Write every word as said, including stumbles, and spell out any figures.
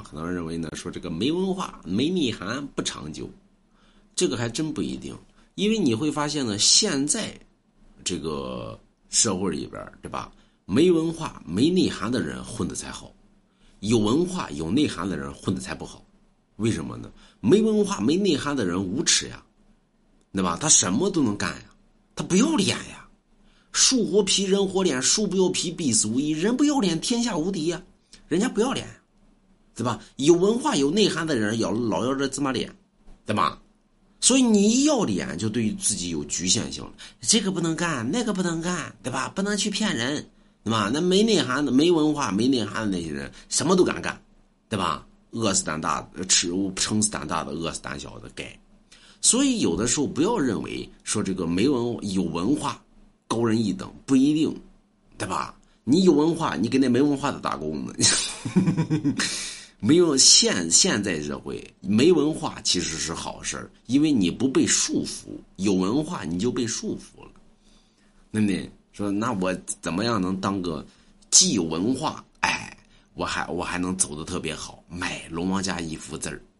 啊，很多人认为呢，说这个没文化、没内涵不长久，这个还真不一定。因为你会发现呢，现在这个社会里边，对吧？没文化、没内涵的人混得才好，有文化、有内涵的人混得才不好。为什么呢？没文化、没内涵的人无耻呀，对吧？他什么都能干呀，他不要脸呀。树活皮，人活脸，树不要皮，必死无疑。人不要脸，天下无敌呀。人家不要脸，对吧？有文化、有内涵的人要老要这芝麻脸，对吧？所以你一要脸，就对自己有局限性了。这个不能干，那个不能干，对吧？不能去骗人，对吧？那没内涵的、没文化、没内涵的那些人，什么都敢干，对吧？饿死胆大，吃撑死胆大的，饿死胆小的，该。所以有的时候不要认为说这个没文有文化高人一等，不一定，对吧？你有文化，你给那没文化的打工呢。没有现现在社会没文化其实是好事，因为你不被束缚；有文化你就被束缚了，对不对？说那我怎么样能当个既有文化，哎，我还我还能走得特别好，买龙王家一幅字儿。